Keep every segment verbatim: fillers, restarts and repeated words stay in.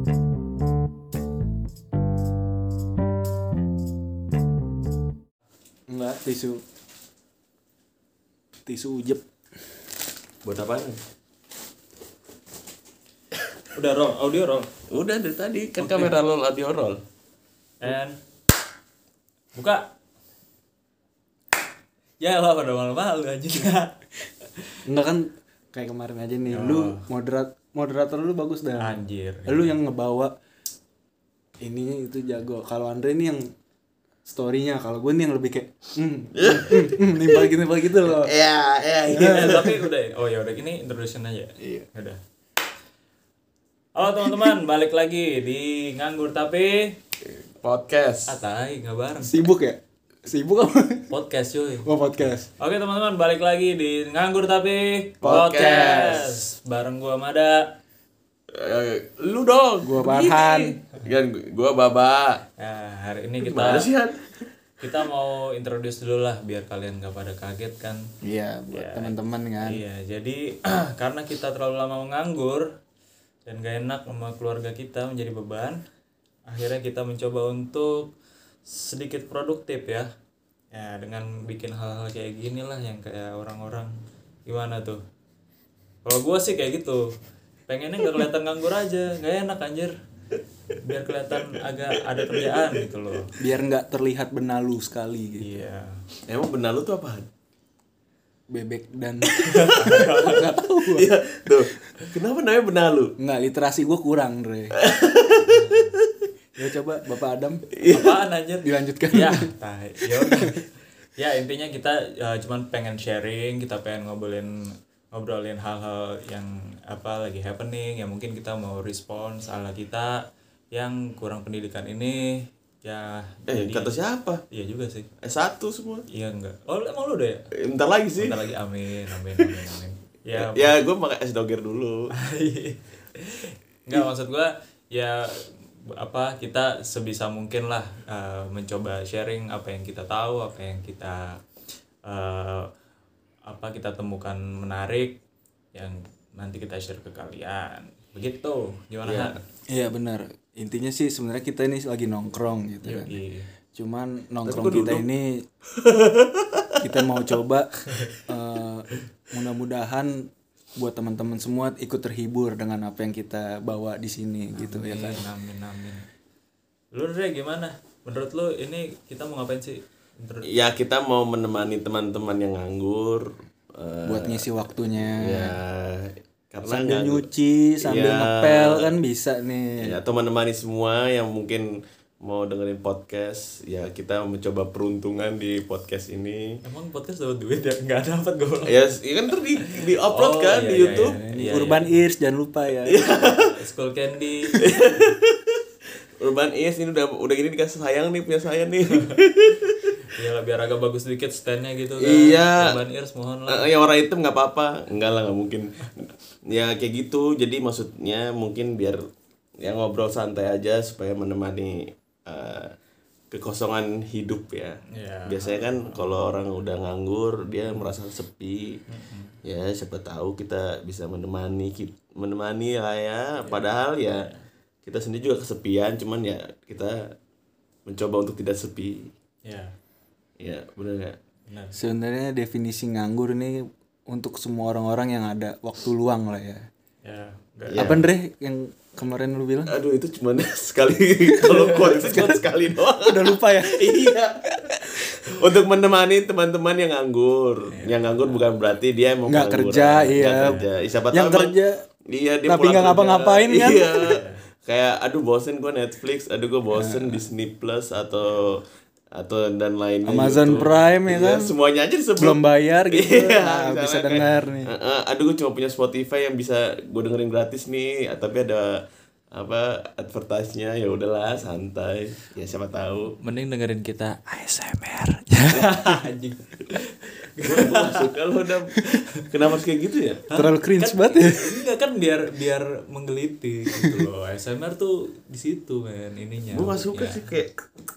Enggak, tisu tisu ujep. Buat apaan? Udah roll, audio roll. Udah dari tadi kan okay. Kamera roll, audio roll. And buka. Ya lah pada malu-malu anjing. Enggak kan kayak kemarin aja nih. Oh. Lu moderat moderator lu bagus dah. Anjir. Lu yang ngebawa ininya itu jago. Kalau Andre ini yang story-nya, kalau gue nih yang lebih kayak hmm, hmm, hmm, nimpal gitu nimpal gitu loh. Iya, iya, iya. Tapi udah, oh ya udah gini introduction aja. Iya. Udah. Halo teman-teman, balik lagi di Nganggur Tapi Podcast. Ah, tai, enggak bareng. Sibuk ya? Sibuk apa? Podcast cuy. Oh, podcast. Oke teman-teman, balik lagi di Nganggur Tapi Podcast. Podcast. Bareng gua Mada. Uh, lu dong. Gua Farhan. Kan gua Baba. Nah, hari ini kita Gimana sih, Han? kita mau introduce dulu lah biar kalian gak pada kaget kan. Iya, buat Ya, teman-teman kan. Iya, jadi karena kita terlalu lama menganggur dan gak enak sama keluarga kita menjadi beban, akhirnya kita mencoba untuk sedikit produktif ya. Ya, dengan bikin hal-hal kayak gini lah yang kayak orang-orang gimana tuh. Kalau gua sih kayak gitu. Pengennya gak kelihatan nganggur aja, gak enak anjir. Biar kelihatan agak ada kerjaan gitu loh. Biar nggak terlihat benalu sekali gitu. Iya. Emang benar lu tuh apaan? Bebek dan nggak tahu. Iya, tuh. Kenapa namanya benalu? Nggak, literasi gue kurang, Dre. Ya coba Bapak Adam. Apaan anjir? Dilanjutkan. Ya, tai. Ya udah. Ya intinya kita uh, cuman pengen sharing, kita pengen ngobrolin ngobrolin hal-hal yang apa lagi happening, ya mungkin kita mau respons ala kita yang kurang pendidikan ini. Ya Eh, jadi, kata siapa? Iya juga sih. S satu semua. Iya enggak. Oh, emang lu udah ya? Eh, Bentar lagi sih. Bentar lagi, amin, amin, amin, amin. Ya, Ya, gue pakai es doger dulu. Enggak, maksud gue ya apa kita sebisa mungkin lah uh, mencoba sharing apa yang kita tahu, apa yang kita uh, apa kita temukan menarik yang nanti kita share ke kalian. Begitu. Gimana? Iya. Iya benar. Intinya sih sebenarnya kita ini lagi nongkrong gitu kan. Yoi. Cuman nongkrong kita ini kita mau coba uh, mudah-mudahan buat teman-teman semua ikut terhibur dengan apa yang kita bawa di sini amin, gitu ya kan. Amin amin. Lu Dre gimana? Menurut lu ini kita mau ngapain sih? Menurut... Ya kita mau menemani teman-teman yang nganggur. Uh, buat ngisi waktunya. Ya karena sambil nganggur. Nyuci, sambil Ya, ngepel kan bisa nih. Ya, atau menemani semua yang mungkin mau dengerin podcast. Ya kita mencoba peruntungan di podcast ini. Emang podcast dapat duit ya? Enggak dapat gue. Ya, ya kan ntar di, di upload Oh, kan iya, di iya, YouTube. iya. Ini Urban Ears jangan lupa ya. School Candy. Urban Ears ini udah udah gini dikasih sayang nih, punya saya nih. Iya biar agak bagus sedikit standnya gitu kan. Iya. Urban Ears mohon lah. Uh, yang warna hitam nggak apa-apa, enggak lah nggak mungkin. Ya kayak gitu, jadi maksudnya mungkin biar ya ngobrol santai aja supaya menemani uh, kekosongan hidup ya. Ya. Biasanya kan kalau orang udah nganggur dia merasa sepi. Mm-hmm. Ya siapa tahu kita bisa menemani menemani lah ya. Padahal ya kita sendiri juga kesepian, cuman ya kita mencoba untuk tidak sepi. Ya. Ya benar nggak? Benar. Sebenarnya definisi nganggur ini untuk semua orang-orang yang ada waktu luang lah ya. Ya. Enggak. Ya. Apa Andre yang kemarin lu bilang? Aduh itu cuma sekali kalau quotes cuma sekali doang. Udah lupa ya? Iya. Untuk menemani teman-teman yang nganggur. Yang nganggur bukan berarti dia mau nggak nganggur. kerja, iya. Nggak kerja. Siapa Yang tahu kerja. emang, iya dia tapi pulang nggak kerja. ngapa-ngapain kan? Iya. Kayak aduh bosen gue Netflix, aduh gue bosen Disney Plus atau atau dan lainnya Amazon gitu. Prime ya Iya, kan? semuanya aja disebut. Belum bayar gitu. Iya, Nah, misalnya bisa kayak, dengar nih. Uh, uh, aduh gue cuma punya Spotify yang bisa gue dengerin gratis nih, tapi ada apa advertise-nya, ya udahlah santai. Ya siapa tahu. Mending dengerin kita A S M R. Anjing. Gue gak suka lo udah. Kenapa harus kayak gitu ya? Terlalu cringe Kan- banget ya. Enggak kan biar biar menggelitik gitu loh. A S M R tuh di situ men ininya. Gue gak suka Ya. sih kayak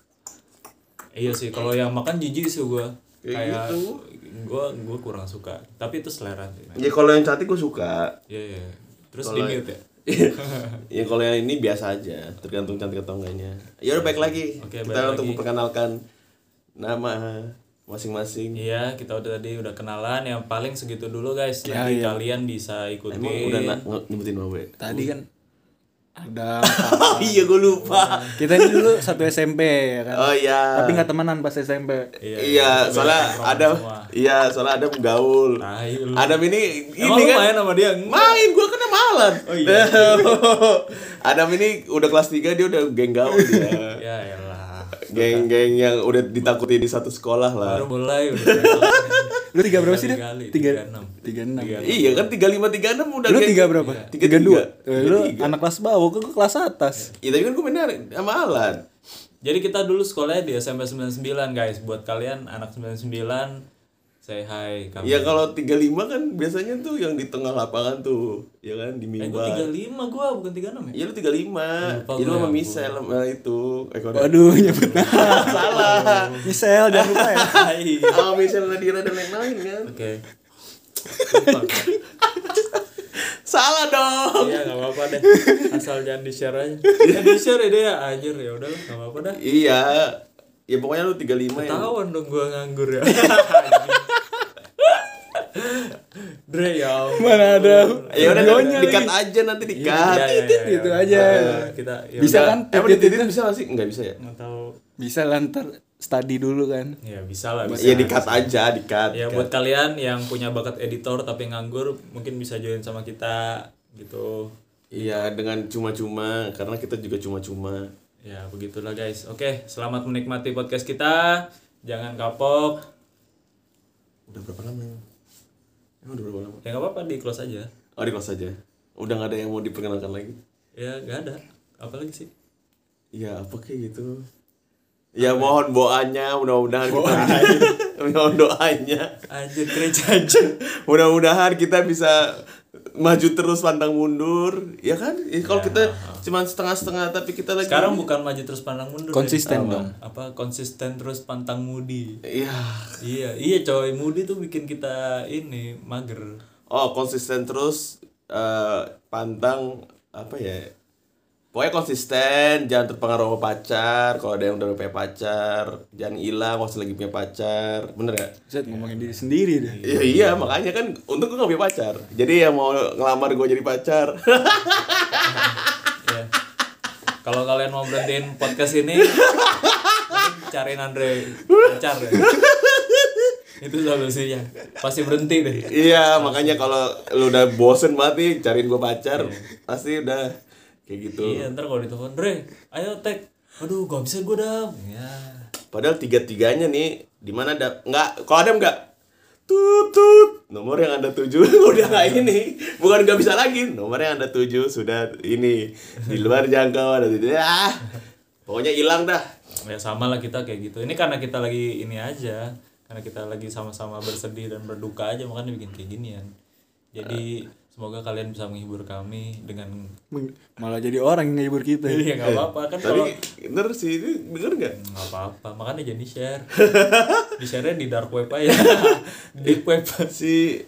Iya sih, kalau yang makan jijik sih gue. Kayak Kayak gitu. gue gue kurang suka. Tapi itu selera sih. men. ya kalau yang cantik gue suka. Iya iya. Terus Kalau- di mute ya. Ya kalau yang ini biasa aja, tergantung cantik atau enggaknya. Ya udah baik lagi. Oke, Kita baik untuk lagi. memperkenalkan nama masing-masing. Iya, kita udah tadi udah kenalan. Yang paling segitu dulu guys. Ya, Nanti iya. kalian bisa ikutin. Emang udah na- nge- nyebutin nama gue? Tadi kan ada Oh iya gue lupa. kita ini dulu satu S M P ya kan. Oh iya. Tapi nggak temenan pas S M P. Iya, kita soalnya beda ada semua. iya, soalnya ada gaul. Tai lu. Adam ini Emang ini lu kan main sama dia? main gua kan sama Alan. Oh iya. Adam ini udah kelas tiga dia udah geng gaul dia. Ya elah. Geng-geng yang udah ditakuti di satu sekolah lah. Baru mulai udah. Lu tiga berapa sih deh? Kali, Tiga tiga enam. tiga enam. Iya kan tiga lima tiga enam udah Lu geng- tiga berapa? Tiga Tiga dua. tiga. Eh, Lu Tiga. anak kelas bawah, gua kelas atas. Iya tapi kan gua mainnya sama Alan. Jadi kita dulu sekolahnya di S M P sembilan puluh sembilan guys. Buat kalian anak sembilan puluh sembilan, say hi kami. Iya kalau tiga lima kan biasanya tuh yang di tengah lapangan tuh, ya kan di Eh, gua mimbar. tiga puluh lima gua bukan tiga puluh enam ya? Iya lu tiga lima. Lupa Itu gua, sama ya Michelle sama itu. Eh kok Waduh, nyebut nama. salah. Michelle jangan lupa ya. Hai. Sama Michelle Nadira dan lain-lain kan. Oke. Salah dong. Iya nggak apa-apa deh. Asal jangan di share aja. Jangan di share ya deh ya. Anjir ya udahlah nggak apa-apa dah. Iya. Ya pokoknya lu tiga puluh lima ya. Ketahuan dong gua nganggur ya. Dre ya. ampun. Mana ada. Ya udah videonya dikat lagi. aja nanti Iya, dikat. iya, iya, iya. gitu aja. Kita ya Bisa udah. kan? Emang Titit dititit itu. bisa gak sih? Enggak bisa ya? Nggak tahu. Bisa lah ntar study dulu kan. Ya bisa lah. Bisa. Iya dikat aja, dikat. Ya dikat. buat kalian yang punya bakat editor tapi nganggur mungkin bisa join sama kita gitu. Iya dengan cuma-cuma karena kita juga cuma-cuma. Ya begitulah guys. Oke, selamat menikmati podcast kita. Jangan kapok. Udah berapa lama? Emang udah berapa lama? Ya nggak apa-apa di close aja. Oh di kelas aja. Udah gak ada yang mau diperkenalkan lagi. Ya nggak ada. Apalagi sih? Iya apa kayak gitu. Ya mohon doanya, mudah-mudahan kita mohon doanya. Anjir gereja aja. Mudah-mudahan kita bisa maju terus pantang mundur, ya kan? Ya, kalau kita cuma setengah-setengah tapi kita lagi Sekarang bukan maju terus pandang mundur. Konsisten ya. dong. Apa konsisten terus pantang mudi. Iya. Iya, iya coy, mudi tuh bikin kita ini mager. Oh, konsisten terus eh, pantang apa ya? Pokoknya konsisten, jangan terpengaruh sama pacar. Kalau ada yang udah punya pacar, jangan hilang waktu lagi punya pacar. Bener gak? Set ngomongin diri sendiri deh. Iya, iya, makanya kan untung gue gak punya pacar. Jadi yang mau ngelamar gue jadi pacar. Ya. Kalau kalian mau berhentiin podcast ini, mending cariin Andre pacar ya. Itu solusinya. Pasti berhenti deh. Iya, makanya kalau lu udah bosen banget nih cariin gue pacar, pasti udah kayak gitu. Iya, ntar kalau ditelepon, Dre, ayo tag. Aduh, gak bisa gue dah. Ya. Padahal tiga-tiganya nih di mana ada nggak kalau ada nggak tutut nomor yang anda tuju udah nggak ini bukan nggak bisa lagi nomor yang anda tuju sudah ini di luar jangkauan ada tidak ah pokoknya hilang dah. Ya sama lah kita kayak gitu. Ini karena kita lagi ini aja. Karena kita lagi sama-sama bersedih dan berduka aja makanya bikin kayak ginian. Jadi semoga kalian bisa menghibur kami dengan Meng- Malah jadi orang yang ngehibur kita. ya nggak apa-apa kan kalau Tapi bener sih ini denger nggak? nggak apa-apa makanya jangan di share di share di dark web aja di deep web Si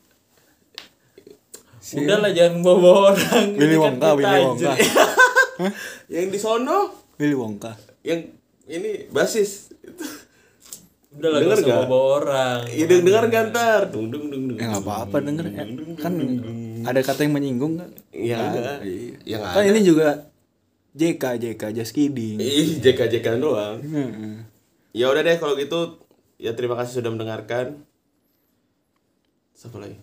udah lah jangan bawa orang. Willy Ini kan Wonka, kita Willy aja. Wonka. yang di sono Willy Wonka. yang ini basis Udah lah Denger gak usah nggak? bawa orang. ya denger nggak ntar dung dung dung dung Ya nggak apa-apa denger ya. Kan ada kata yang menyinggung kan? Iya enggak Iya. ya nggak Kan ada. ini juga J K J K just kidding. Ih, J K J K doang. Heeh. Ya udah deh kalau gitu ya terima kasih sudah mendengarkan. Siapa lagi?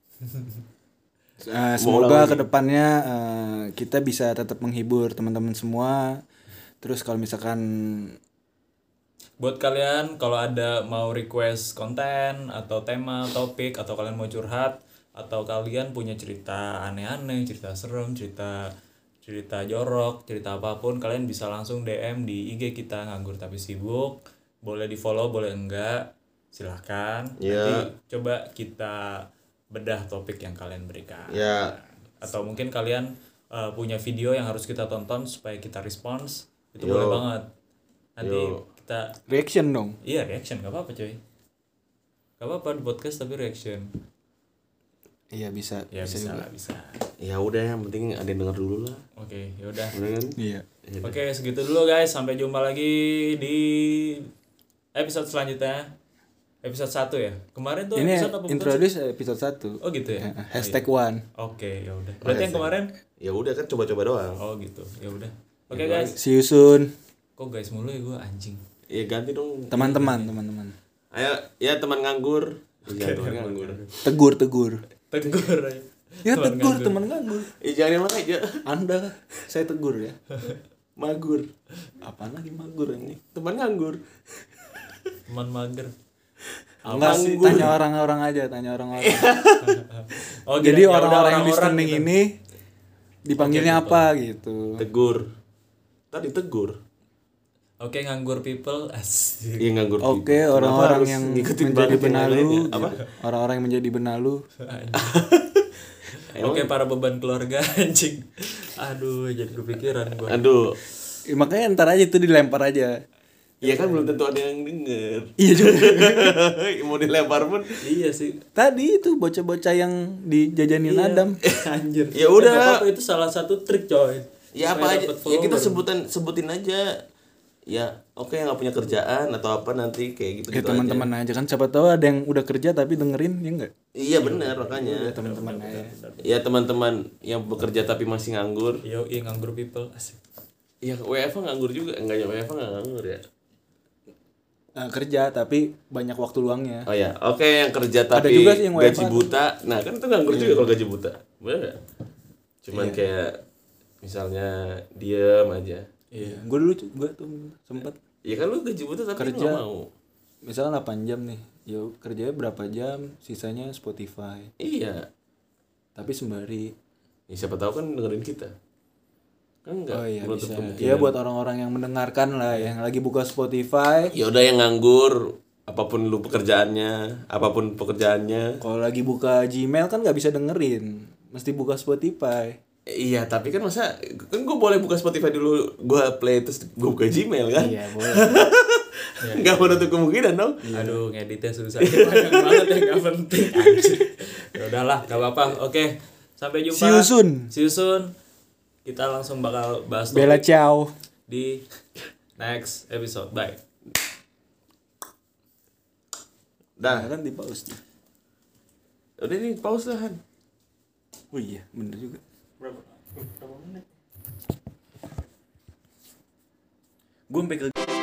Eh, Mau ulang semoga lagi? kedepannya eh, kita bisa tetap menghibur teman-teman semua. Terus kalau misalkan Buat kalian kalau ada mau request konten atau tema, topik atau kalian mau curhat atau kalian punya cerita aneh-aneh, cerita serem, cerita cerita jorok, cerita apapun kalian bisa langsung D M di I G kita Nganggur Tapi Sibuk. Boleh di-follow, boleh enggak. Silahkan. Ya. Nanti coba kita bedah topik yang kalian berikan. Ya. Atau mungkin kalian uh, punya video yang harus kita tonton supaya kita respons. Itu Yo. boleh banget. Nanti Yo. kita reaction dong. iya reaction gak apa-apa coy. Gak apa-apa di podcast tapi reaction. Iya bisa. Ya bisa, juga. lah, bisa. Ya udah, yang penting ada yang denger dulu lah. Oke, ya udah. Bener kan? Iya. Oke, segitu dulu guys. Sampai jumpa lagi di episode selanjutnya. Episode satu ya. Kemarin tuh Ini episode apa bukan introduce sih? episode satu. Oh gitu ya. Ya, hashtag one. Oke, ya udah. Berarti yang kemarin? Ya udah kan coba-coba doang. Oh gitu. Ya udah. Oke guys. See you soon. Kok guys mulu ya gue anjing. Ya ganti dong. Teman-teman, teman-teman. Ayo, ya teman nganggur. Iya, teman nganggur. Tegur, tegur. Tegur aja. Ya tegur teman nganggur. Eh jangan emang aja. Anda saya tegur ya. Magur. Apaan lagi magur ini? Teman nganggur. Teman mager. Enggak sih, tanya orang-orang aja, tanya orang-orang. Oh, Jadi gini, ya udah orang-orang yang orang-orang listening gitu. ini dipanggilnya apa gitu. Tegur. Tadi tegur. Oke, nganggur people. Asik. Iya nganggur. Oke, people. orang-orang Kenapa yang harus ngikutin menjadi banget yang benalu, lain-lainnya? gitu. Apa? Orang-orang yang menjadi benalu. Oke, para beban keluarga anjing. Aduh, jadi kepikiran gua. Aduh. Ya, makanya ntar aja itu dilempar aja. Ya kan belum tentu ada yang denger. Iya juga. Mau dilempar pun. Iya sih. Tadi itu bocah-bocah yang dijajanin Iya. Adam. Anjir. Ya udah. Nggak apa-apa, itu salah satu trik, coy. Ya Supaya apa aja. dapet Ya kita follower. sebutan sebutin aja. Ya, oke yang nggak punya kerjaan atau apa nanti kayak gitu Ya gitu teman-teman aja kan siapa tahu ada yang udah kerja tapi dengerin ya enggak? Iya benar makanya. Ya teman-teman aja. Ya teman-teman yang bekerja tapi masih nganggur. Yo, iya nganggur people. Asik. Ya W F H nganggur juga. Enggak ya W F H nggak nganggur ya. Nah, kerja tapi banyak waktu luangnya. Oh ya, oke yang kerja tapi juga sih yang W F H gaji buta. Nah, kan itu nganggur juga kalau gaji buta. Bener gak? Cuman Iya. kayak misalnya diem aja. Iya. Gue dulu gue tuh sempet Ya kan lu gaji buta tapi Kerja. lu gak mau. misalnya delapan jam nih. Ya kerjanya berapa jam, sisanya Spotify. Iya. Tapi sembari. Ya, siapa tahu kan dengerin kita. Kan enggak. Oh iya menutup bisa. kemungkinan. Iya buat orang-orang yang mendengarkan lah yang lagi buka Spotify. Ya udah yang nganggur, apapun lu pekerjaannya, apapun pekerjaannya. Kalau lagi buka Gmail kan nggak bisa dengerin. Mesti buka Spotify. Eh, Iya, tapi kan masa kan gue boleh buka Spotify dulu, gue play terus gue buka Gmail kan? Iya boleh. Nggak menutup kemungkinan dong. Aduh, ngeditnya susah. Banyak banget yang gak penting. Anjir. Ya udahlah, gak apa-apa. Oke, sampai jumpa. See you soon. See you soon. Kita langsung bakal bahas Bella topik ciao. di next episode. Bye. Nah, Dah, kan di pause. udah nih pause lah Han. Oh iya, bener juga. Berapa? Berapa menit? Gue sampai ke